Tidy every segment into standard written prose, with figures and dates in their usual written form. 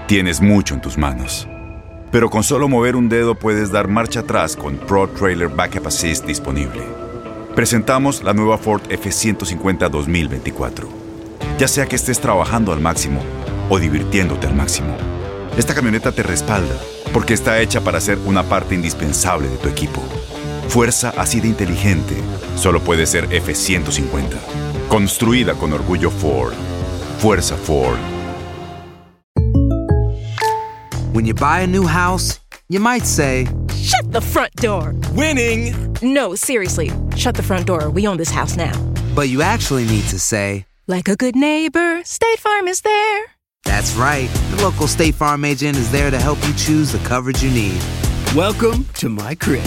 Tienes mucho en tus manos. Pero con solo mover un dedo puedes dar marcha atrás con Pro Trailer Backup Assist disponible. Presentamos la nueva Ford F-150 2024. Ya sea que estés trabajando al máximo o divirtiéndote al máximo, esta camioneta te respalda porque está hecha para ser una parte indispensable de tu equipo. Fuerza así de inteligente solo puede ser F-150. Construida con orgullo Ford. Fuerza Ford. When you buy a new house, you might say, "Shut the front door." Winning! No, seriously. Shut the front door. We own this house now. but you actually need to say, like a good neighbor, State Farm is there. That's right. The local State Farm agent is there to help you choose the coverage you need. Welcome to my crib.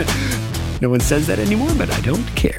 No one says that anymore, but I don't care.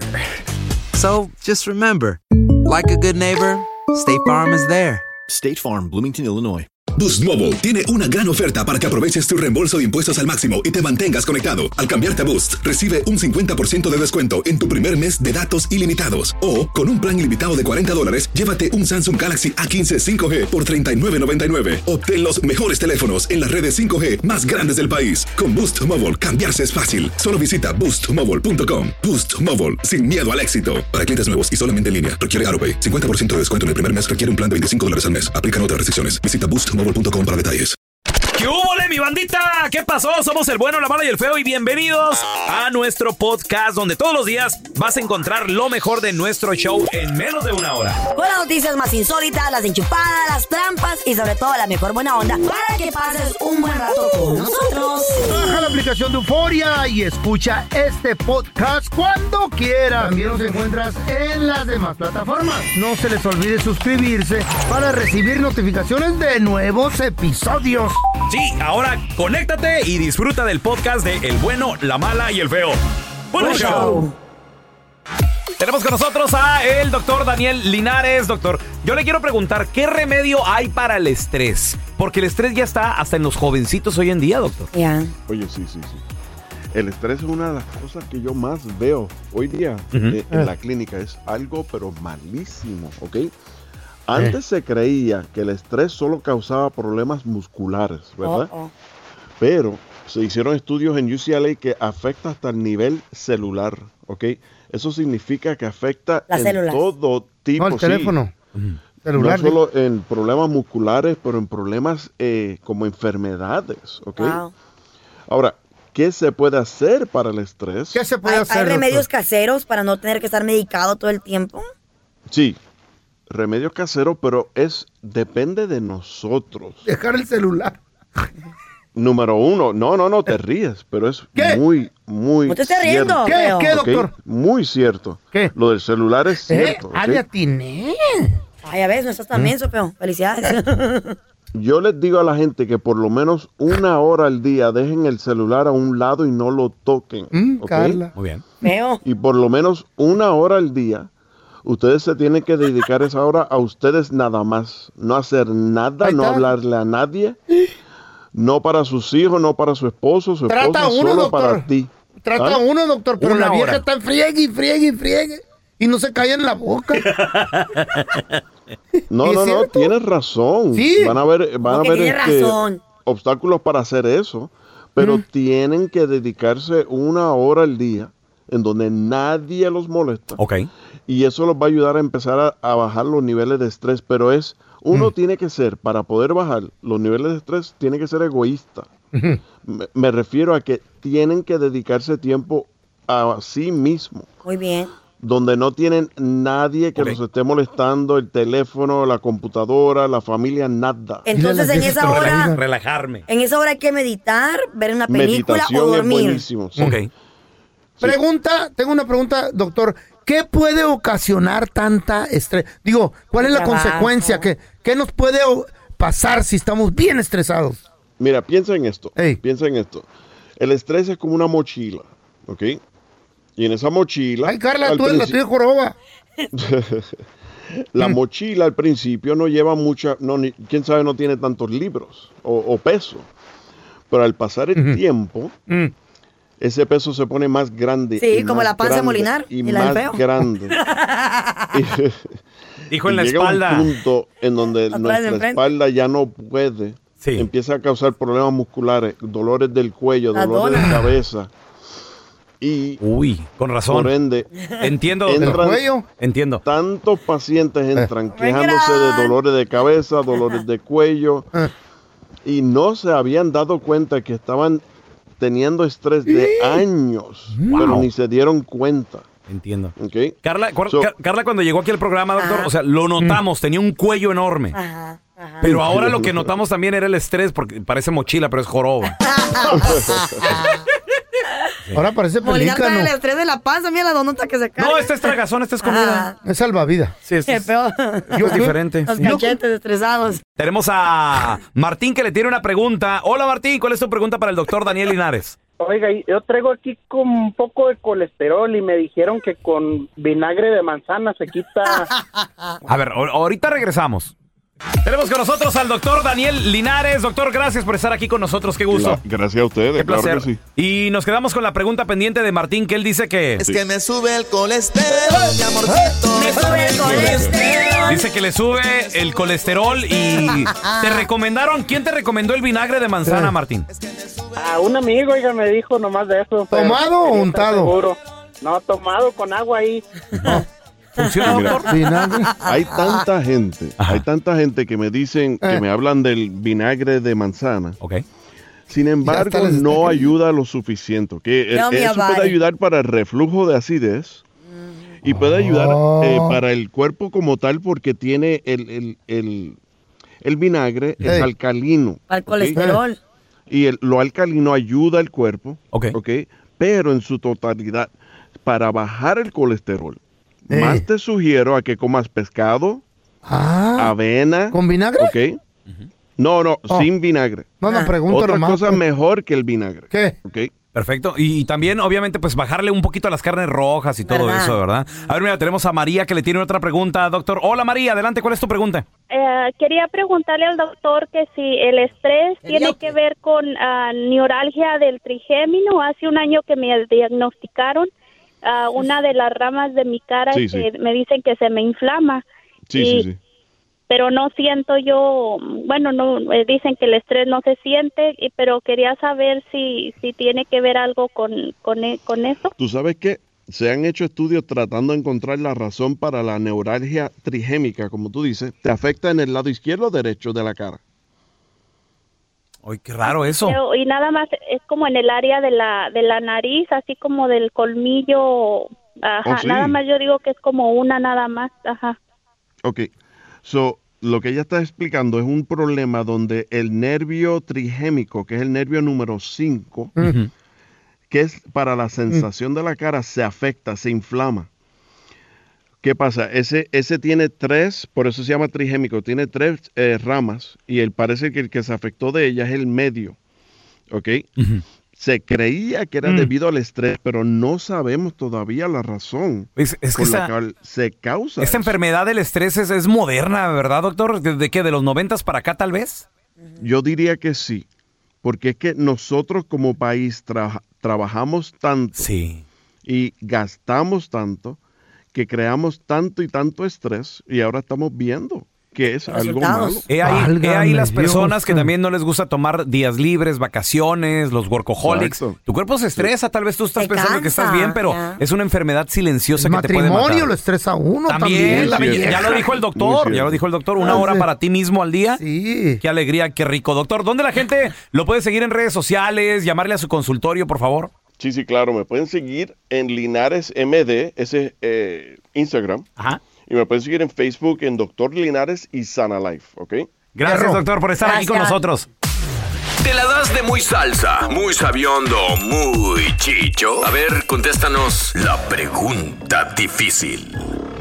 So just remember, like a good neighbor, State Farm is there. State Farm, Bloomington, Illinois. Boost Mobile tiene una gran oferta para que aproveches tu reembolso de impuestos al máximo y te mantengas conectado. Al cambiarte a Boost, recibe un 50% de descuento en tu primer mes de datos ilimitados. O, con un plan ilimitado de $40, llévate un Samsung Galaxy A15 5G por $39.99. Obtén los mejores teléfonos en las redes 5G más grandes del país. Con Boost Mobile, cambiarse es fácil. Solo visita boostmobile.com. Boost Mobile, sin miedo al éxito. Para clientes nuevos y solamente en línea, requiere AutoPay. 50% de descuento en el primer mes requiere un plan de $25 al mes. Aplican otras restricciones. Visita boostmobile.com para detalles. ¿Qué hubo, mi bandita? ¿Qué pasó? Somos el bueno, la mala y el feo y bienvenidos a nuestro podcast donde todos los días vas a encontrar lo mejor de nuestro show en menos de una hora. Con las noticias más insólitas, las enchupadas, las trampas y sobre todo la mejor buena onda para que pases un buen rato con nosotros. Baja la aplicación de Euforia y escucha este podcast cuando quieras. También nos encuentras en las demás plataformas. No se les olvide suscribirse para recibir notificaciones de nuevos episodios. Sí, ahora conéctate y disfruta del podcast de El Bueno, la Mala y el Feo. ¡Buen show! Tenemos con nosotros a el doctor Daniel Linares. Doctor, yo le quiero preguntar, ¿qué remedio hay para el estrés? Porque el estrés ya está hasta en los jovencitos hoy en día, doctor. Ya. Oye, sí. El estrés es una de las cosas que yo más veo hoy día en la clínica. Es algo, pero malísimo, ¿ok? Antes se creía que el estrés solo causaba problemas musculares, ¿verdad? Pero se hicieron estudios en UCLA que afecta hasta el nivel celular, ¿ok? Eso significa que afecta en todo tipo. No, el teléfono. Celular. No solo en problemas musculares, pero en problemas como enfermedades, ¿ok? Wow. Ahora, ¿qué se puede hacer para el estrés? ¿Qué se puede hacer? ¿Hay remedios caseros para no tener que estar medicado todo el tiempo? Sí. Remedio casero, pero depende de nosotros. Dejar el celular. Número uno, no, te ríes, pero es muy ¿No te estás riendo? ¿Qué, doctor? Muy cierto. ¿Qué? Lo del celular es cierto. Le atiné. Ay, a ver, no estás tan menso, feo. Felicidades. Yo les digo a la gente que por lo menos 1 hora al día dejen el celular a un lado y no lo toquen. Carla. Muy bien. Feo. Y por lo menos 1 hora al día ustedes se tienen que dedicar esa hora a ustedes nada más. No hacer nada, no hablarle a nadie. No para sus hijos, no para su esposa, Trata uno, solo doctor. para ti. Trata uno, doctor, pero la vieja hora. está en friegue y no se calla en la boca. No, tienes razón. Sí. Van a ver razón. obstáculos para hacer eso, pero tienen que dedicarse 1 hora al día en donde nadie los molesta. Ok. Y eso los va a ayudar a empezar a bajar los niveles de estrés, pero uno tiene que ser, para poder bajar los niveles de estrés, tiene que ser egoísta. Me refiero a que tienen que dedicarse tiempo a sí mismo. Muy bien. Donde no tienen nadie que los esté molestando, el teléfono, la computadora, la familia, nada. Entonces en esa hora... Relajarme. En esa hora hay que meditar, ver una película Meditación o dormir. es buenísimo. Sí. Ok. Tengo una pregunta, doctor. ¿Qué puede ocasionar tanta estrés? Digo, ¿cuál es la consecuencia? ¿Qué nos puede pasar si estamos bien estresados? Mira, piensa en esto. Hey. Piensa en esto. El estrés es como una mochila, ¿ok? Y en esa mochila... Ay, Carla, tú la tienes joroba. La mochila al principio no lleva quién sabe, no tiene tantos libros o peso. Pero al pasar el tiempo... Ese peso se pone más grande. Sí, como la panza de Molinar y más grande. Dijo en la llega espalda. Un punto en donde nuestra espalda ya no puede empieza a causar problemas musculares, dolores del cuello, dolores de cabeza. Y con razón. Por ende, entiendo. Entiendo. Tantos pacientes entran quejándose de dolores de cabeza, dolores de cuello, y no se habían dado cuenta que estaban teniendo estrés de años, pero ni se dieron cuenta. Entiendo. Okay. Carla, cuando llegó aquí al programa, doctor, o sea, lo notamos, tenía un cuello enorme. Pero ahora lo que notamos también era el estrés, porque parece mochila, pero es joroba. Ahora parece pelícano. El estrés de la panza, mira la donota que se cae. No, esta es tragazón, esta es comida. Es salvavidas. Sí, es diferente. Los cachetes estresados. Tenemos a Martín que le tiene una pregunta. Hola Martín, ¿cuál es tu pregunta para el doctor Daniel Linares? Oiga, yo traigo aquí con un poco de colesterol y me dijeron que con vinagre de manzana se quita. A ver, ahorita regresamos. Tenemos con nosotros al doctor Daniel Linares. Doctor, gracias por estar aquí con nosotros. Qué gusto. Gracias a ustedes. Qué placer. Claro que sí. Y nos quedamos con la pregunta pendiente de Martín, que él dice que... Es que me sube el colesterol, mi amorcito. Me sube el colesterol. Dice que le sube el colesterol y te recomendaron... ¿Quién te recomendó el vinagre de manzana, Martín? A un amigo, oiga, me dijo nomás de eso. ¿Tomado o untado? Seguro. No, tomado con agua ahí. ¿Funciona, doctor? Hay tanta gente que me dicen, que me hablan del vinagre de manzana. Okay. Sin embargo, no ayuda lo suficiente. Eso puede ayudar para el reflujo de acidez y puede ayudar para el cuerpo como tal porque tiene el vinagre es alcalino. Para el colesterol. Y lo alcalino ayuda al cuerpo, pero en su totalidad, para bajar el colesterol, más te sugiero a que comas pescado, avena. ¿Con vinagre? ¿Ok? No, sin vinagre. No, pregunto otra nomás. cosa mejor que el vinagre. ¿Qué? ¿Ok? Perfecto. Y también, obviamente, pues bajarle un poquito a las carnes rojas y todo eso, ¿verdad? A ver, mira, tenemos a María que le tiene otra pregunta, doctor. Hola, María, adelante, ¿cuál es tu pregunta? Quería preguntarle al doctor que si el estrés tiene que ver con neuralgia del trigémino. Hace un año que me diagnosticaron una de las ramas de mi cara me dicen que se me inflama. Sí. Pero no siento yo, dicen que el estrés no se siente, pero quería saber si tiene que ver algo con eso. ¿Tú sabes qué? Se han hecho estudios tratando de encontrar la razón para la neuralgia trigémica, como tú dices. ¿Te afecta en el lado izquierdo o derecho de la cara? Ay, qué raro eso. Y nada más es como en el área de la nariz, así como del colmillo. Ajá, nada más yo digo que es como una nada más. Ajá. Ok. So, lo que ella está explicando es un problema donde el nervio trigémico, que es el nervio número 5, que es para la sensación de la cara, se afecta, se inflama. ¿Qué pasa? Ese tiene 3, por eso se llama trigémico, tiene 3 ramas y parece que el que se afectó de ella es el medio. ¿Ok? Se creía que era debido al estrés, pero no sabemos todavía la razón es por que la cual se causa. Esta enfermedad del estrés es moderna, ¿verdad, doctor? ¿De qué? ¿De los 90s para acá, tal vez? Yo diría que sí, porque es que nosotros como país trabajamos tanto y gastamos tanto que creamos tanto y tanto estrés y ahora estamos viendo que es algo malo. He ahí las personas que también no les gusta tomar días libres, vacaciones, los workaholics. Exacto. Tu cuerpo se estresa, tal vez tú estás pensando que estás bien, pero es una enfermedad silenciosa que te puede matar. El matrimonio lo estresa a uno también. Ya lo dijo el doctor, una hora para ti mismo al día. Sí. Qué alegría, qué rico. Doctor, ¿dónde la gente lo puede seguir en redes sociales? Llamarle a su consultorio, por favor. Sí, claro. Me pueden seguir en Linares MD, ese Instagram. Ajá. Y me pueden seguir en Facebook en Dr. Linares y Sana Life, ¿ok? Gracias, doctor, por estar aquí con nosotros. ¿Te la das de muy salsa, muy sabiondo, muy chicho? A ver, contéstanos la pregunta difícil.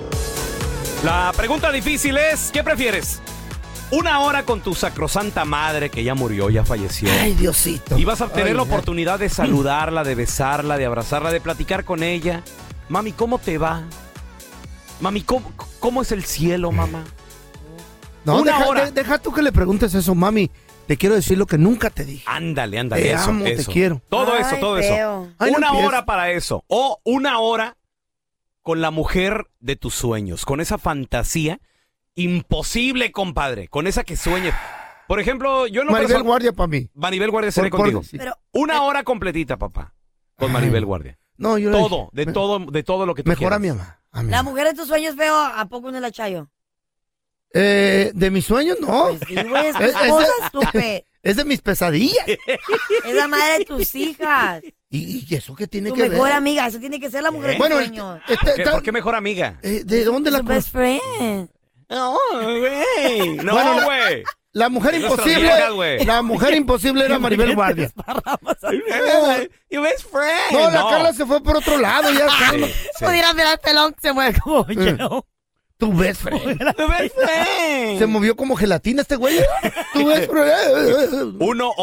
La pregunta difícil es, ¿qué prefieres? ¿Una hora con tu sacrosanta madre que ya murió, ya falleció? Ay, Diosito. Y vas a tener la oportunidad de saludarla, de besarla, de abrazarla, de platicar con ella. Mami, ¿cómo te va? Mami, ¿cómo es el cielo, mamá? No, deja tú que le preguntes eso, mami. Te quiero decir lo que nunca te dije. Ándale, te eso, amo, eso. te quiero. Todo eso. Una hora para eso. O una hora con la mujer de tus sueños. Con esa fantasía imposible, compadre. Con esa que sueñes. Por ejemplo, yo no Maribel Guardia para mí. Maribel Guardia seré contigo. Sí. Pero, Una hora completita, papá. Con Maribel Guardia. No, yo Todo, de todo lo que tú mejor quieras. a mi mamá. la mujer de tus sueños, feo, ¿a poco no es la Chayo? De mis sueños, no. Pues sí, güey, es tu esposa, estúpido. Es de mis pesadillas. Es la madre de tus hijas. ¿Y eso qué tiene Tu que ver? mejor amiga, eso tiene que ser la mujer de tus sueños. ¿Por qué mejor amiga? ¿De dónde la Tu best friend. No, güey. No, Bueno, güey. La mujer imposible. La mujer imposible era Maribel Guardia. You best friend. No, la Carla se fue por otro lado. Ya Carla. Pudiera ver al pelón, se mueve como yo. Tu best friend. Tu best friend. Se movió como gelatina este güey. Tu best friend.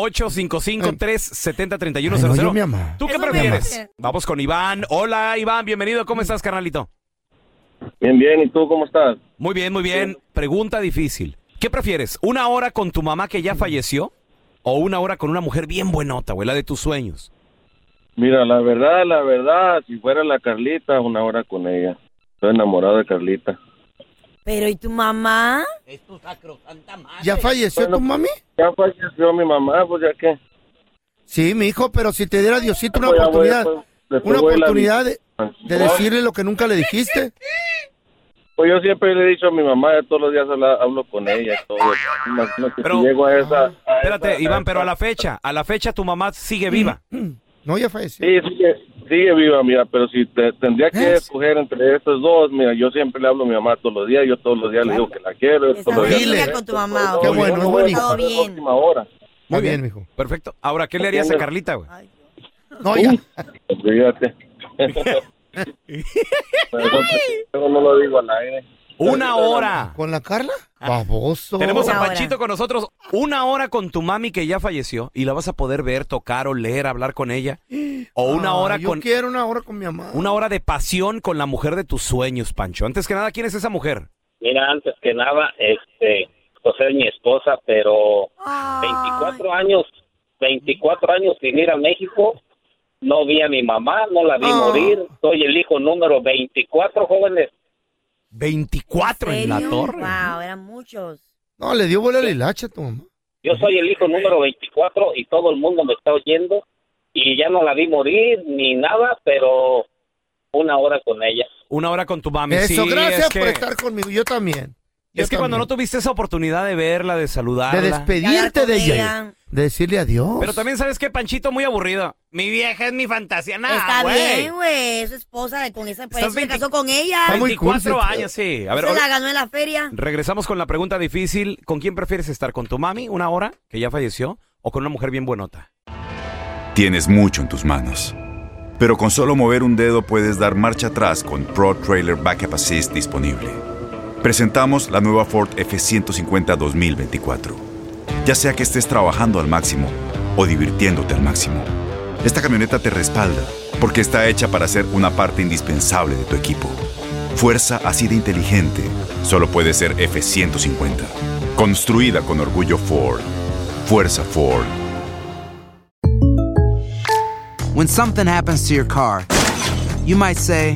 1-855-370-3100. mi mamá. ¿Tú qué prefieres? Vamos con Iván. Hola, Iván. Bienvenido. ¿Cómo estás, carnalito? Bien, bien. ¿Y tú cómo estás? Muy bien, muy bien. Pregunta difícil. ¿Qué prefieres? ¿Una hora con tu mamá que ya falleció? ¿O una hora con una mujer bien buenota, güey? La de tus sueños. Mira, la verdad, si fuera la Carlita, una hora con ella. Estoy enamorado de Carlita. Pero, ¿y tu mamá? Es tu sacrosanta madre. ¿Ya falleció tu mami? Ya falleció mi mamá, pues ya qué. Sí, mi hijo, pero si te diera Diosito una Pues ya oportunidad, después una voy a la oportunidad de visita. decirle lo que nunca le dijiste. Pues yo siempre le he dicho a mi mamá, todos los días hablo con ella. Todo. Imagino que Pero- si llego a esa... Espérate, Iván, pero a la fecha tu mamá sigue viva. No, ya falleció. Sí, sigue viva, mira, pero si tendría que escoger entre estos dos, mira, yo siempre le hablo a mi mamá todos los días, yo todos los días le digo que la quiero. Todos los días Dile con tu mamá. Qué bueno, es buen hijo. Todo bien. Última hora. Muy bien, mijo. Perfecto. Ahora, ¿qué le harías a Carlita, güey? No, ya. Fíjate. Pero no lo digo al aire. Una hora. ¿Con la Carla? Baboso. Tenemos a Una hora. Panchito con nosotros. Una hora con tu mami que ya falleció y la vas a poder ver, tocar, oler, hablar con ella. O una hora yo con... quiero una hora con mi mamá. Una hora de pasión con la mujer de tus sueños, Pancho. Antes que nada, ¿quién es esa mujer? Mira, antes que nada, José es mi esposa, pero 24 años sin ir a México, no vi a mi mamá, no la vi morir, soy el hijo número 24, jóvenes. 24 en la ¿Serio? torre. Wow, eran muchos. No, le dio bola a la hilacha a tu mamá. Yo soy el hijo número 24 y todo el mundo me está oyendo y ya no la vi morir ni nada, pero una hora con ella. Una hora con tu mami. Eso, Sí, gracias es que, por estar conmigo. Yo también. Es que cuando no tuviste esa oportunidad de verla, de saludarla. De despedirte de ella. De decirle adiós. Pero también, ¿sabes qué, Panchito? Muy aburrido. Mi vieja es mi fantasía. Nada, Está güey. bien, güey. Es su esposa, con esa por eso se casó con ella. 24 años, sí. A ver, Se la ganó en la feria. regresamos con la pregunta difícil. ¿Con quién prefieres estar? ¿Con tu mami, una hora, que ya falleció? ¿O con una mujer bien buenota? Tienes mucho en tus manos. Pero con solo mover un dedo puedes dar marcha atrás con Pro Trailer Backup Assist disponible. Presentamos la nueva Ford F-150 2024. Ya sea que estés trabajando al máximo o divirtiéndote al máximo, esta camioneta te respalda porque está hecha para ser una parte indispensable de tu equipo. Fuerza así de inteligente solo puede ser F-150. Construida con orgullo Ford. Fuerza Ford. When something happens to your car, you might say,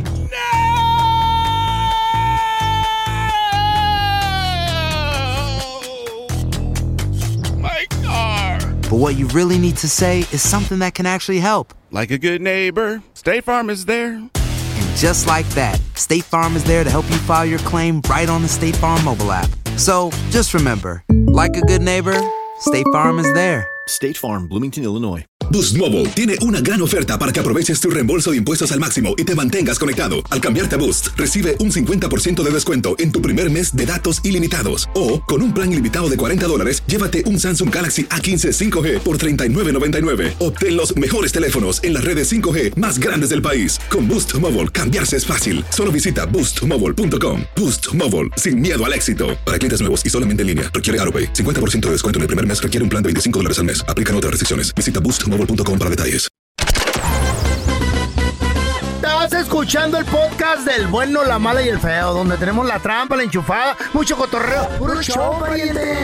My car. but what you really need to say is something that can actually help. Like a good neighbor, State Farm is there. And just like that, State Farm is there to help you file your claim right on the State Farm mobile app. So just remember, like a good neighbor, State Farm is there. State Farm, Bloomington, Illinois. Boost Mobile tiene una gran oferta para que aproveches tu reembolso de impuestos al máximo y te mantengas conectado. Al cambiarte a Boost, recibe un 50% de descuento en tu primer mes de datos ilimitados. O, con un plan ilimitado de $40, llévate un Samsung Galaxy A15 5G por $39.99. Obtén los mejores teléfonos en las redes 5G más grandes del país. Con Boost Mobile, cambiarse es fácil. Solo visita boostmobile.com. Boost Mobile, sin miedo al éxito. Para clientes nuevos y solamente en línea, requiere AroPay. 50% de descuento en el primer mes requiere un plan de $25 al mes. Aplican otras restricciones. Visita boostmobile.com para detalles. Estás escuchando el podcast del bueno, la mala y el feo, donde tenemos la trampa, la enchufada, mucho cotorreo. ¡Puro show, pariente!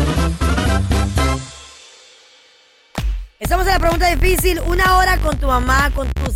Estamos en la pregunta difícil. Una hora con tu mamá, con tu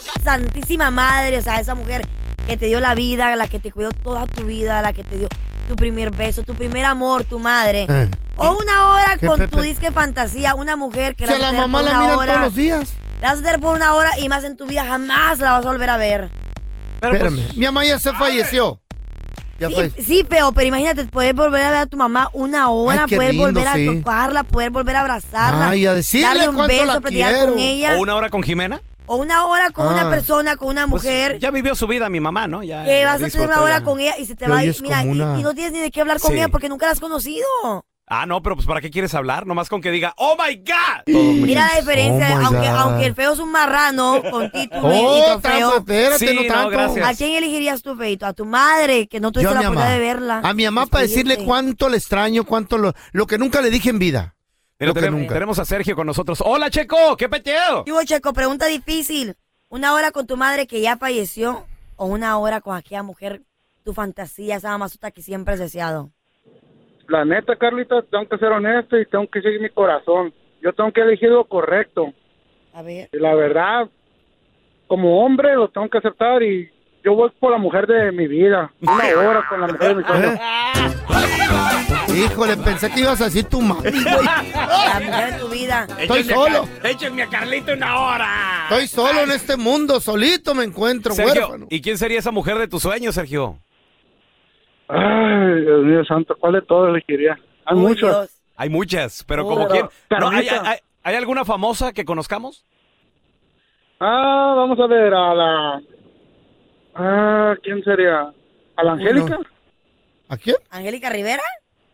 santísima madre, o sea, esa mujer que te dio la vida, la que te cuidó toda tu vida, la que te dio tu primer beso, tu primer amor, tu madre. O una hora con tu disque fantasía, una mujer que si a la mamá la miran todos los días. La vas a tener por una hora y más en tu vida jamás la vas a volver a ver. Pero espérame, mi mamá ya se falleció. Sí, pero imagínate, poder volver a ver a tu mamá una hora, poder volver a tocarla, poder volver a abrazarla. Ay, a decirle darle un cuánto beso, la platicar quiero. con ella. ¿O una hora con Jimena? O una hora con una persona, con una mujer. Pues ya vivió su vida mi mamá, ¿no? Ya que vas a tener una hora con ella y se te va a ir. Mira, y no tienes ni de qué hablar con ella porque nunca la has conocido. Ah, no, pero pues ¿para qué quieres hablar? Nomás con que diga, ¡oh, my God! Mira la diferencia, aunque el feo es un marrano, con título y trofeo. Espérate, no tanto. Gracias. ¿A quién elegirías tú, feito? ¿A tu madre, que no tuviste la oportunidad de verla? A mi mamá para decirle cuánto le extraño, cuánto lo que nunca le dije en vida. Mira, tenemos a Sergio con nosotros. ¡Hola, Checo! ¡Qué peteo! Digo, Checo, pregunta difícil. ¿Una hora con tu madre que ya falleció o una hora con aquella mujer, tu fantasía, esa mamazota que siempre has deseado? La neta, Carlita, tengo que ser honesto y tengo que seguir mi corazón. Yo tengo que elegir lo correcto. A ver. Y la verdad, como hombre, lo tengo que aceptar y yo voy por la mujer de mi vida. Una hora con la mujer de mi vida. Híjole, pensé que ibas a decir tu mami, güey. La mujer de tu vida. Estoy solo. Échenme a Carlito una hora. Estoy solo en este mundo, solito me encuentro, Sergio, huérfano. ¿y quién sería esa mujer de tus sueños, Sergio? Ay, Dios mío santo, ¿cuál de todos elegiría? Hay muchas. Hay muchas, pero como quién. No, ¿hay alguna famosa que conozcamos? Vamos a ver, ¿quién sería? ¿A la Angélica? ¿A quién? ¿Angélica Rivera?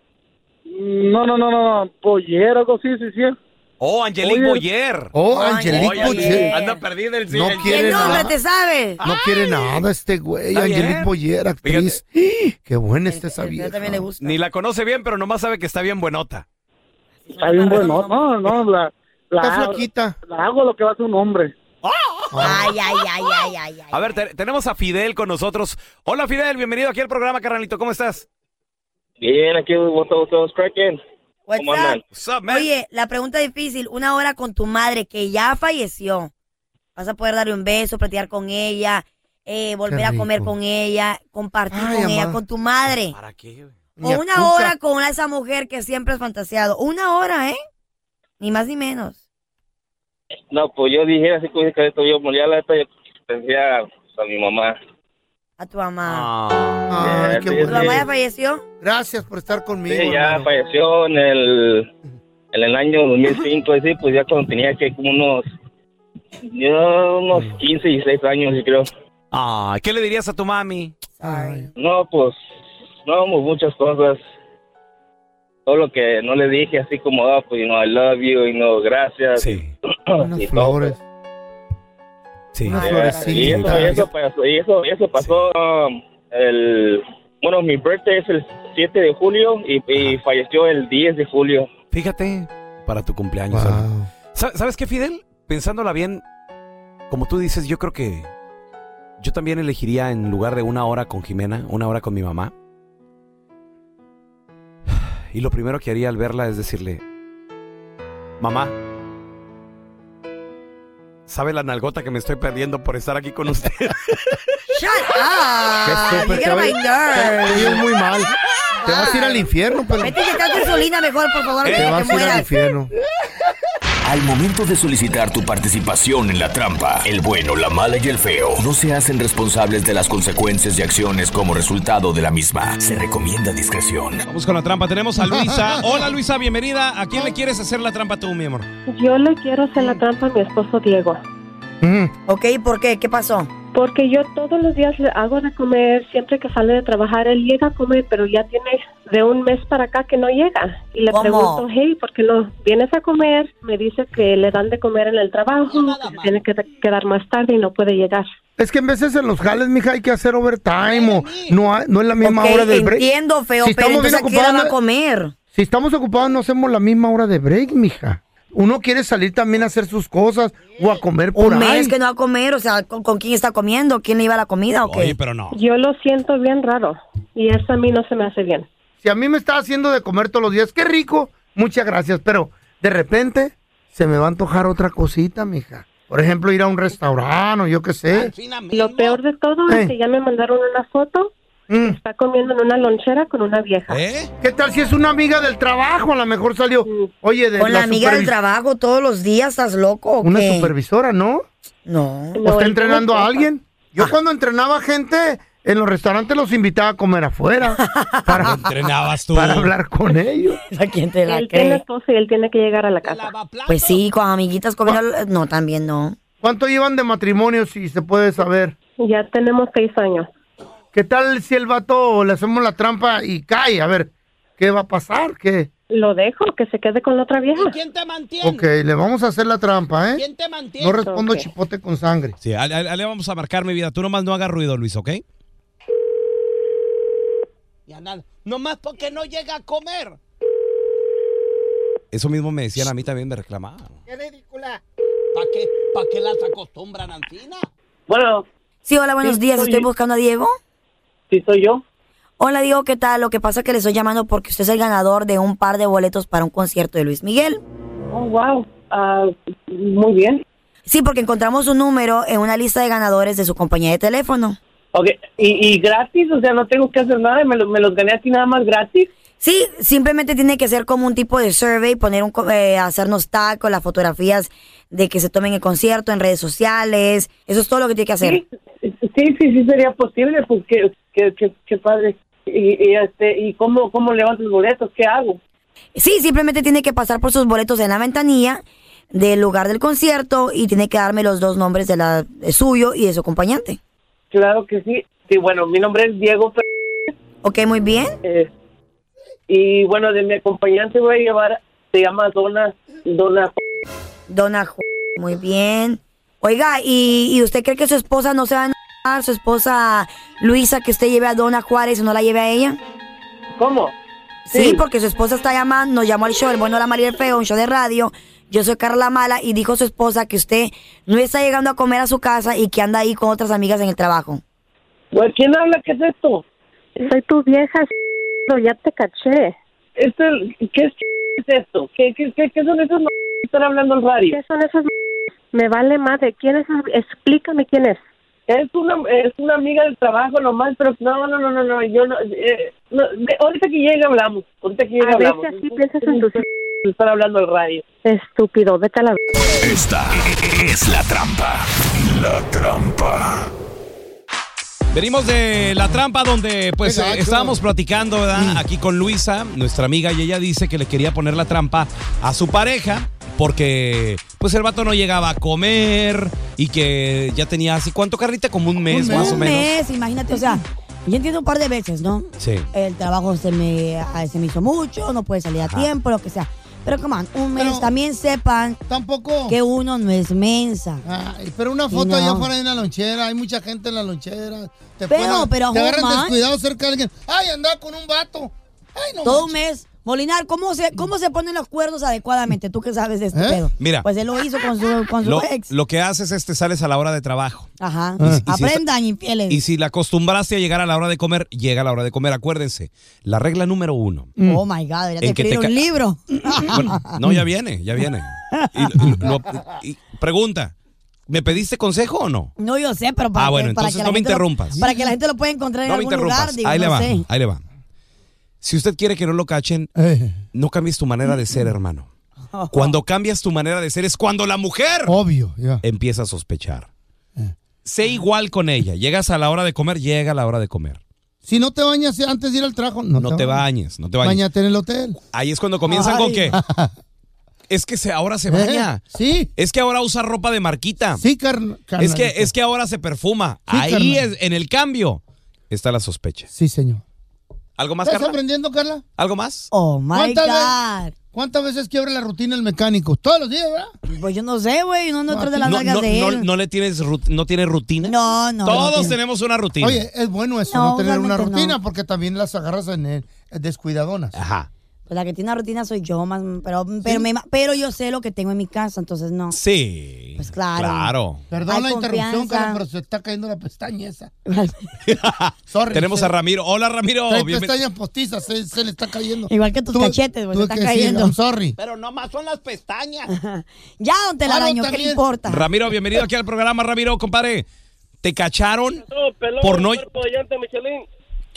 No, Boyer, algo así, sí. Oh, Angelique Boyer. Oh, Angelique Boyer. Anda perdida el No quiere ¿Qué nombre nada. te sabes? No quiere nada este güey, Angelique Boyer, actriz. Qué buena está esa vieja. También le gusta. Ni la conoce bien, pero nomás sabe que está bien buenota. Está bien bueno. No, está flaquita. La hago lo que va a ser un hombre. Ay. A ver, tenemos a Fidel con nosotros. Hola, Fidel, bienvenido aquí al programa, carnalito. ¿Cómo estás? Bien, aquí todos cracking. ¿Cómo andan? What's up, man? Oye, la pregunta difícil, una hora con tu madre que ya falleció. Vas a poder darle un beso, platicar con ella, volver a comer con ella, compartir con ella, con tu madre. ¿Para qué? O una hora con esa mujer que siempre has fantaseado. Una hora, Ni más ni menos. No, pues yo dije así que esto yo moría la neta, yo pensé a mi mamá. A tu mamá. Ay, qué sí, ¿Tu bueno. mamá ya falleció? Gracias por estar conmigo. Sí, ya hermano. falleció en el año 2005, así, pues ya cuando tenía que como unos 15 y 16 años, yo creo. ¿Qué le dirías a tu mami? No, pues, muchas cosas. Todo lo que no le dije, así como, pues, I love you, gracias. Sí. Unas flores. Sí. Unas Y florecitas. eso pasó, mi birthday es el 7 de julio y falleció el 10 de julio. Fíjate, para tu cumpleaños. Wow. ¿Sabes qué, Fidel? Pensándola bien, como tú dices, yo creo que yo también elegiría en lugar de una hora con Jimena, una hora con mi mamá. Y lo primero que haría al verla es decirle, mamá, ¿sabe la nalgota que me estoy perdiendo por estar aquí con usted? Shut up. You get on my nerves. Es muy mal. Te vas a ir al infierno, pero Vete a quitar gasolina mejor, por favor, que te te vas a ir al mueras. infierno. Al momento de solicitar tu participación en la trampa, el bueno, la mala y el feo no se hacen responsables de las consecuencias y acciones como resultado de la misma. Se recomienda discreción. Vamos con la trampa. Tenemos a Luisa. Hola, Luisa, bienvenida. ¿A quién le quieres hacer la trampa tú, mi amor? Yo le quiero hacer la trampa a mi esposo Diego. Ok, ¿por qué? ¿Qué pasó? Porque yo todos los días le hago de comer, siempre que sale de trabajar, él llega a comer, pero ya tiene de un mes para acá que no llega. Y le pregunto, hey, ¿por qué no vienes a comer? Me dice que le dan de comer en el trabajo, que se tiene que quedar más tarde y no puede llegar. Es que en veces en los jales, mija, hay que hacer overtime o no es la misma Ok, hora del break. entiendo, feo, pero estamos entonces, bien ¿a qué hora va a ocupados, comer? Si estamos ocupados, no hacemos la misma hora de break, mija. Uno quiere salir también a hacer sus cosas o a comer por Un ahí. mes que no va a comer, o sea, ¿con quién está comiendo? ¿Quién le iba a la comida o qué? Oye, pero no. Yo lo siento bien raro y eso a mí no se me hace bien. Si a mí me está haciendo de comer todos los días, qué rico, muchas gracias, pero de repente se me va a antojar otra cosita, mija. Por ejemplo, ir a un restaurante o yo qué sé. Lo peor de todo es que ya me mandaron una foto Está comiendo en una lonchera con una vieja. ¿Qué tal si es una amiga del trabajo? A lo mejor salió, oye, de Con la amiga del trabajo todos los días, ¿estás loco o una qué? supervisora, ¿no? No. ¿O está entrenando a alguien? Yo cuando entrenaba gente en los restaurantes los invitaba a comer afuera. Para, entrenabas tú? Para hablar con ellos. ¿A quién te la Él tiene esposa y él tiene que llegar a la casa. Pues sí, con amiguitas comiendo... No, también no. ¿Cuánto llevan de matrimonio, si se puede saber? Ya tenemos 6 años. ¿Qué tal si el vato le hacemos la trampa y cae? A ver, ¿qué va a pasar? ¿Qué? Lo dejo, que se quede con la otra vieja. ¿Quién te mantiene? Ok, le vamos a hacer la trampa, ¿eh? ¿Quién te mantiene? No respondo Ok. chipote con sangre. Sí, le vamos a marcar, mi vida. Tú nomás no hagas ruido, Luis, ¿ok? Ya nada. Nomás porque no llega a comer. Eso mismo me decían a mí, también me reclamaban. ¡Qué ridícula! ¿Para qué las acostumbran, Antina? Bueno. Sí, hola, buenos días. Estoy buscando a Diego. Sí, soy yo. Hola, Diego, ¿qué tal? Lo que pasa es que le estoy llamando porque usted es el ganador de un par de boletos para un concierto de Luis Miguel. Oh, wow. Muy bien. Sí, porque encontramos su número en una lista de ganadores de su compañía de teléfono. Ok, ¿y gratis? O sea, no tengo que hacer nada, ¿me los gané así nada más gratis? Sí, simplemente tiene que ser como un tipo de survey, poner hacernos tag con las fotografías de que se tomen el concierto en redes sociales. Eso es todo lo que tiene que hacer. Sí, sería posible, pues qué padre. ¿Y cómo levanto los boletos? ¿Qué hago? Sí, simplemente tiene que pasar por sus boletos en la ventanilla del lugar del concierto y tiene que darme los 2 nombres de suyo y de su acompañante. Claro que sí. Sí, bueno, mi nombre es Diego. Ok, muy bien. Y bueno, de mi acompañante voy a llevar, se llama Donna. Muy bien. Oiga, ¿y usted cree que su esposa no se va a enojar, su esposa Luisa, que usted lleve a Donna Juárez y no la lleve a ella? ¿Cómo? Sí, porque su esposa está llamando, nos llamó al show El Bueno, la Mala y el Feo, un show de radio. Yo soy Carla Mala y dijo su esposa que usted no está llegando a comer a su casa y que anda ahí con otras amigas en el trabajo. Pues, ¿quién habla? ¿Qué es esto? Soy tu vieja, ya te caché. ¿Qué es esto? ¿Qué son esos que están hablando al radio? ¿Qué son esos? Me vale madre. ¿Quién es? Explícame quién es. Es una amiga del trabajo nomás, pero no, yo no, ahorita que llegue hablamos, A ver si así piensas en tus... Están hablando al radio. Estúpido, vete a la... Esta es la trampa. La trampa. Venimos de la trampa donde pues estábamos platicando, ¿verdad? Aquí con Luisa, nuestra amiga, y ella dice que le quería poner la trampa a su pareja porque pues el vato no llegaba a comer y que ya tenía así, ¿cuánto, Carlita? Como un mes más o menos. Un mes, imagínate, o sea, yo entiendo un par de veces, ¿no? Sí. El trabajo se me hizo mucho, no puede salir a tiempo, lo que sea. Pero, come on, un mes, pero también sepan tampoco que uno no es mensa. Ay, pero una foto allá afuera en la lonchera, hay mucha gente en la lonchera. Te pero te agarran man, descuidado cerca de alguien. Ay, andaba con un vato. Ay, no todo un manches. mes. Molinar, ¿cómo se ponen los cuernos adecuadamente? ¿Tú qué sabes de este pedo? Mira. Pues él lo hizo con su ex. Lo que haces es te sales a la hora de trabajo. Ajá. Y aprendan, infieles. Y si la acostumbraste a llegar a la hora de comer, llega a la hora de comer. Acuérdense, la regla número 1. Oh, my God, ya te escribí un libro. Bueno, no, ya viene. Y pregunta, ¿me pediste consejo o no? No, yo sé, pero para bueno, para entonces que no me interrumpas. Para que la gente lo pueda encontrar en algún lugar. Digo, ahí le va, sé. ahí le va. Si usted quiere que no lo cachen, no cambies tu manera de ser, hermano. Cuando cambias tu manera de ser es cuando la mujer empieza a sospechar. Sé igual con ella. Llegas a la hora de comer, llega a la hora de comer. Si no te bañas antes de ir al trabajo, no te bañes. Báñate en el hotel. Ahí es cuando comienzan con que es que ahora se baña. Sí. Es que ahora usa ropa de marquita. Sí, carnal. Es que ahora se perfuma. Sí, ahí es, en el cambio está la sospecha. Sí, señor. ¿Algo más, ¿Estás Carla? aprendiendo, Carla? ¿Algo más? Oh, my God. ¿Cuántas veces quiebra la rutina el mecánico? Todos los días, ¿verdad? Pues yo no sé, güey. No detrás de las nalgas de él. ¿No tiene rutina? No. Todos tenemos una rutina. Oye, es bueno eso, no tener una rutina, porque también las agarras en descuidadonas. Ajá. Pues la que tiene una rutina soy yo, más, pero yo sé lo que tengo en mi casa, entonces no. Sí. Pues claro. Perdón la interrupción, Carla, pero se está cayendo la pestaña esa. Sorry. Tenemos a Ramiro. Hola, Ramiro. Hay pestañas postizas, se le está cayendo. Igual que tus cachetes, güey, se están cayendo. I'm sorry. Pero nomás son las pestañas. Ya, don Telaraño, ¿qué le importa? Ramiro, bienvenido aquí al programa, Ramiro, compadre. ¿Te cacharon por no...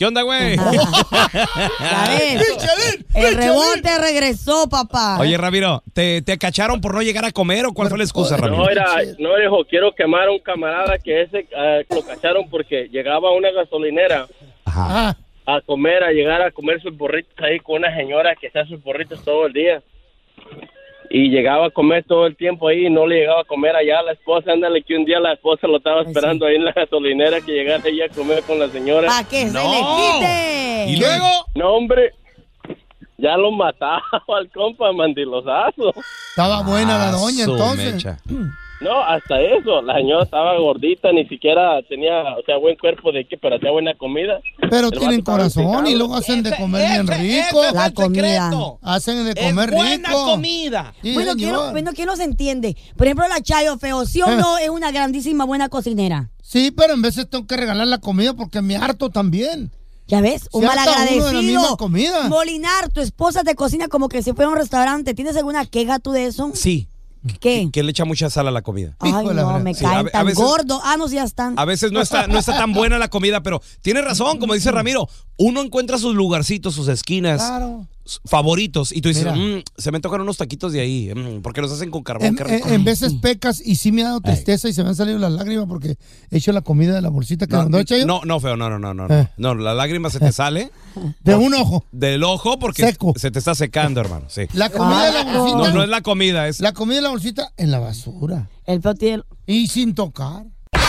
¿Qué onda, güey? Ya ves. El rebote regresó, papá. Oye, Ramiro, ¿te cacharon por no llegar a comer o cuál fue la excusa, Ramiro? No, hijo, quiero quemar a un camarada que lo cacharon porque llegaba a una gasolinera a llegar a comer sus burritos ahí con una señora que hace sus burritos todo el día. Y llegaba a comer todo el tiempo ahí y no le llegaba a comer allá a la esposa. Ándale, que un día la esposa lo estaba esperando ahí en la gasolinera que llegara ella a comer con la señora. ¡Para que se le quite! ¿Y luego? No, hombre, ya lo mataba al compa mandilosazo. Estaba buena la doña, entonces. Mecha. No, hasta eso. La señora estaba gordita, ni siquiera tenía, buen cuerpo de qué, pero hacía buena comida. Pero tienen corazón y luego hacen de comer bien rico. La comida. Hacen de comer rico. Buena comida. Sí, Bueno, ¿quién nos entiende? Por ejemplo, la Chayo, feo, ¿sí o no es una grandísima buena cocinera? Sí, pero en veces tengo que regalar la comida porque me harto también. ¿Ya ves? Un Se harta uno de la malagradecido. misma comida. Molinar, tu esposa te cocina como que se fue a un restaurante. ¿Tienes alguna queja tú de eso? Sí. ¿Qué? Que le echa mucha sal a la comida. Ay, no, me caen tan veces, gordo. Ah, no, sí, ya están. A veces no está tan buena la comida, pero tiene razón, como dice Ramiro, uno encuentra sus lugarcitos, sus esquinas favoritos, y tú dices, se me tocan unos taquitos de ahí, porque los hacen con carbón. Qué rico. En veces pecas y sí me ha dado tristeza y se me han salido las lágrimas porque he hecho la comida de la bolsita que mandó Chayo. No, feo, no. No, la lágrima se te sale. De un ojo. Del ojo porque se te está secando, hermano. Sí. La comida de la bolsita. No es la comida, es... La comida de la bolsita en la basura. El feo tiene... Y sin tocar.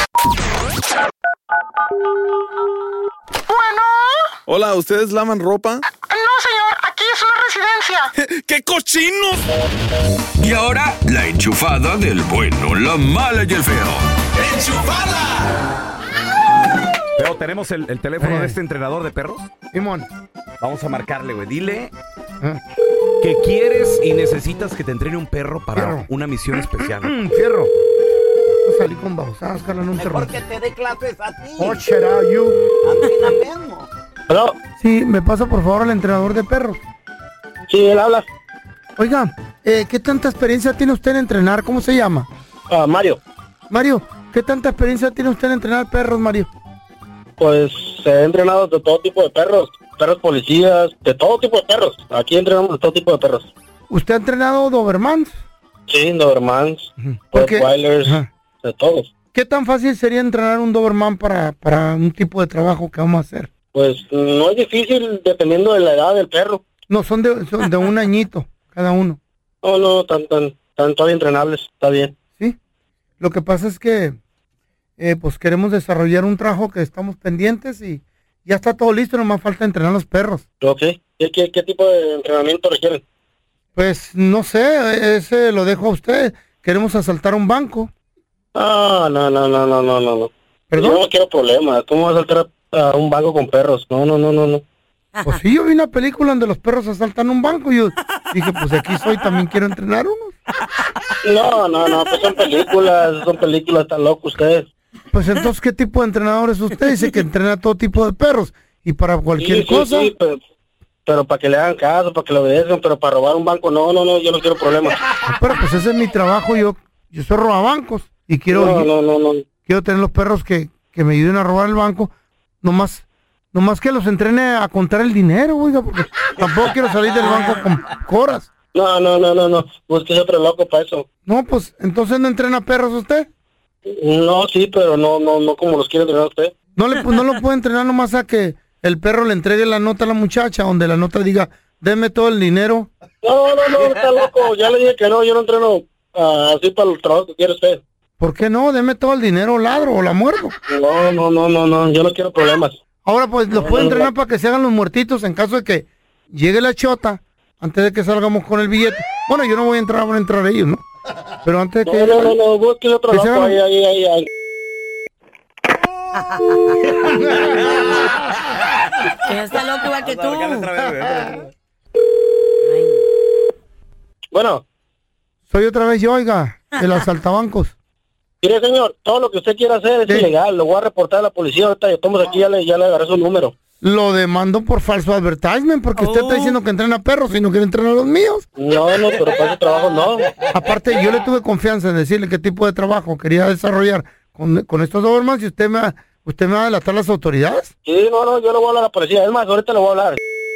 Bueno. Hola, ¿ustedes lavan ropa? No, señor, aquí es una residencia. ¡Qué cochinos! Y ahora, la enchufada del bueno, la mala y el feo. ¡Enchufada! Pero tenemos el teléfono de este entrenador de perros. Simón. Vamos a marcarle, güey. Dile que quieres y necesitas que te entrene un perro para una misión especial. Fierro. No salí con babosadas, Carla, no te Mejor que te dé clases a ti. Oh, shut up, you. A mí la mismo. ¿Aló? Sí, me pasa por favor al entrenador de perros. Sí, él habla. Oiga, ¿qué tanta experiencia tiene usted en entrenar? ¿Cómo se llama? Mario. Mario, ¿qué tanta experiencia tiene usted en entrenar perros, Mario? Pues he entrenado de todo tipo de perros policías, de todo tipo de perros. Aquí entrenamos de todo tipo de perros. ¿Usted ha entrenado Dobermans? Sí, Dobermans, Rottweilers, de todos. ¿Qué tan fácil sería entrenar un Doberman para un tipo de trabajo que vamos a hacer? Pues no es difícil dependiendo de la edad del perro. No, son de un añito cada uno. No, tan todavía entrenables, está bien. Sí, lo que pasa es que pues queremos desarrollar un trabajo que estamos pendientes y ya está todo listo, nomás falta entrenar los perros. Ok, ¿qué tipo de entrenamiento requieren? Pues no sé, ese lo dejo a usted. Queremos asaltar un banco. No. ¿Perdón? Yo no quiero problemas. ¿Cómo vas a saltar a un banco con perros? No. Pues sí, yo vi una película donde los perros asaltan un banco y yo dije, pues aquí soy, también quiero entrenar unos. No, pues son películas, está loco usted. Pues entonces, ¿qué tipo de entrenador es usted? Dice que entrena todo tipo de perros y para cualquier cosa. Sí, pero para que le hagan caso, para que le obedezcan, pero para robar un banco, no, yo no quiero problemas. Pero pues ese es mi trabajo, yo soy robabancos y quiero quiero tener los perros que me ayuden a robar el banco, nomás que los entrene a contar el dinero, oiga, porque tampoco quiero salir del banco con coras. No, busque otro loco para eso. No, pues, ¿entonces no entrena perros usted? No, sí, pero no como los quiere entrenar usted. No lo puede entrenar nomás a que el perro le entregue la nota a la muchacha, donde la nota diga, deme todo el dinero. No, está loco, ya le dije que no, yo no entreno así para el trabajo que quiere usted. ¿Por qué no? Deme todo el dinero, ladro o la muerdo. No, yo no quiero problemas. Ahora pues los puede entrenar para que se hagan los muertitos en caso de que llegue la chota, antes de que salgamos con el billete. Bueno, yo no voy a entrar, van a entrar ellos, ¿no? Pero antes de que... No, busque otro loco, ahí. Está loco igual que tú. Bueno. Soy otra vez yo, oiga, el asaltabancos. Mire, señor, todo lo que usted quiera hacer es ilegal. Lo voy a reportar a la policía ahorita. Estamos aquí, ya le agarré su número. Lo demando por falso advertisement, porque usted está diciendo que entrena perros y no quiere entrenar a los míos. No, pero para ese trabajo no. Aparte, yo le tuve confianza en decirle qué tipo de trabajo quería desarrollar con estos Dobermans y usted ¿Usted me va a delatar a las autoridades? Sí, no, yo le voy a hablar a la policía. Es más, ahorita le voy a hablar.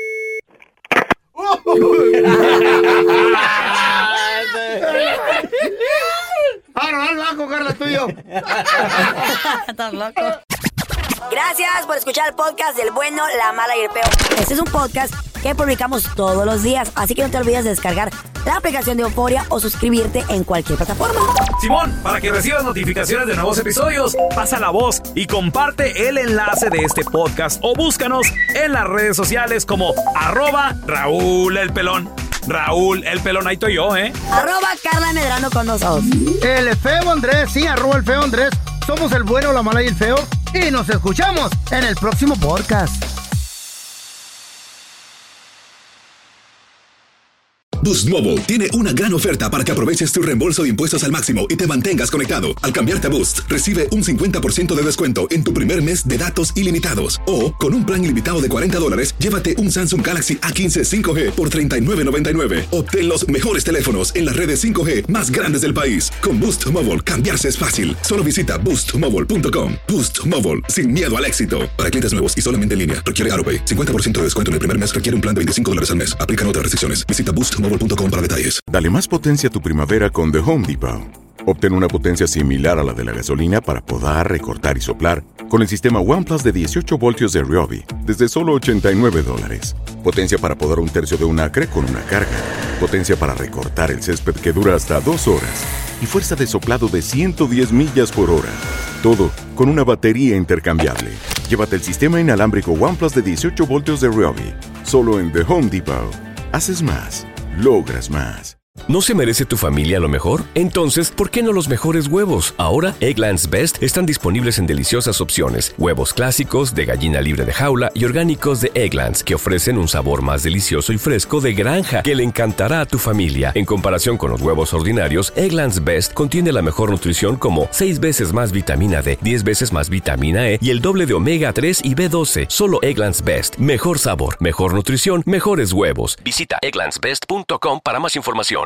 Ahora al banco, Carla, tuyo. Estás loco. Gracias por escuchar el podcast del bueno, la mala y el peor. Este es un podcast que publicamos todos los días, así que no te olvides de descargar la aplicación de Euforia o suscribirte en cualquier plataforma. Simón, para que recibas notificaciones de nuevos episodios, pasa la voz y comparte el enlace de este podcast o búscanos en las redes sociales como @Raúl el Pelón. Raúl el Pelón, ahí estoy yo, @Carla Medrano con nosotros. El feo Andrés, sí, @el feo Andrés. Somos el bueno, la mala y el feo. Y nos escuchamos en el próximo podcast. Boost Mobile tiene una gran oferta para que aproveches tu reembolso de impuestos al máximo y te mantengas conectado. Al cambiarte a Boost, recibe un 50% de descuento en tu primer mes de datos ilimitados. O, con un plan ilimitado de $40, llévate un Samsung Galaxy A15 5G por $39.99. Obtén los mejores teléfonos en las redes 5G más grandes del país. Con Boost Mobile, cambiarse es fácil. Solo visita boostmobile.com. Boost Mobile, sin miedo al éxito. Para clientes nuevos y solamente en línea, requiere AroPay. 50% de descuento en el primer mes, requiere un plan de $25 al mes. Aplican otras restricciones. Visita boostmobile.com para detalles. Dale más potencia a tu primavera con The Home Depot. Obtén una potencia similar a la de la gasolina para podar, recortar y soplar con el sistema OnePlus de 18 voltios de Ryobi desde solo $89. Potencia para podar un tercio de un acre con una carga. Potencia para recortar el césped que dura hasta 2 horas. Y fuerza de soplado de 110 millas por hora. Todo con una batería intercambiable. Llévate el sistema inalámbrico OnePlus de 18 voltios de Ryobi. Solo en The Home Depot. Haces más. Logras más. ¿No se merece tu familia lo mejor? Entonces, ¿por qué no los mejores huevos? Ahora, Eggland's Best están disponibles en deliciosas opciones. Huevos clásicos, de gallina libre de jaula y orgánicos de Eggland's, que ofrecen un sabor más delicioso y fresco de granja que le encantará a tu familia. En comparación con los huevos ordinarios, Eggland's Best contiene la mejor nutrición como 6 veces más vitamina D, 10 veces más vitamina E y el doble de omega 3 y B12. Solo Eggland's Best. Mejor sabor, mejor nutrición, mejores huevos. Visita egglandsbest.com para más información.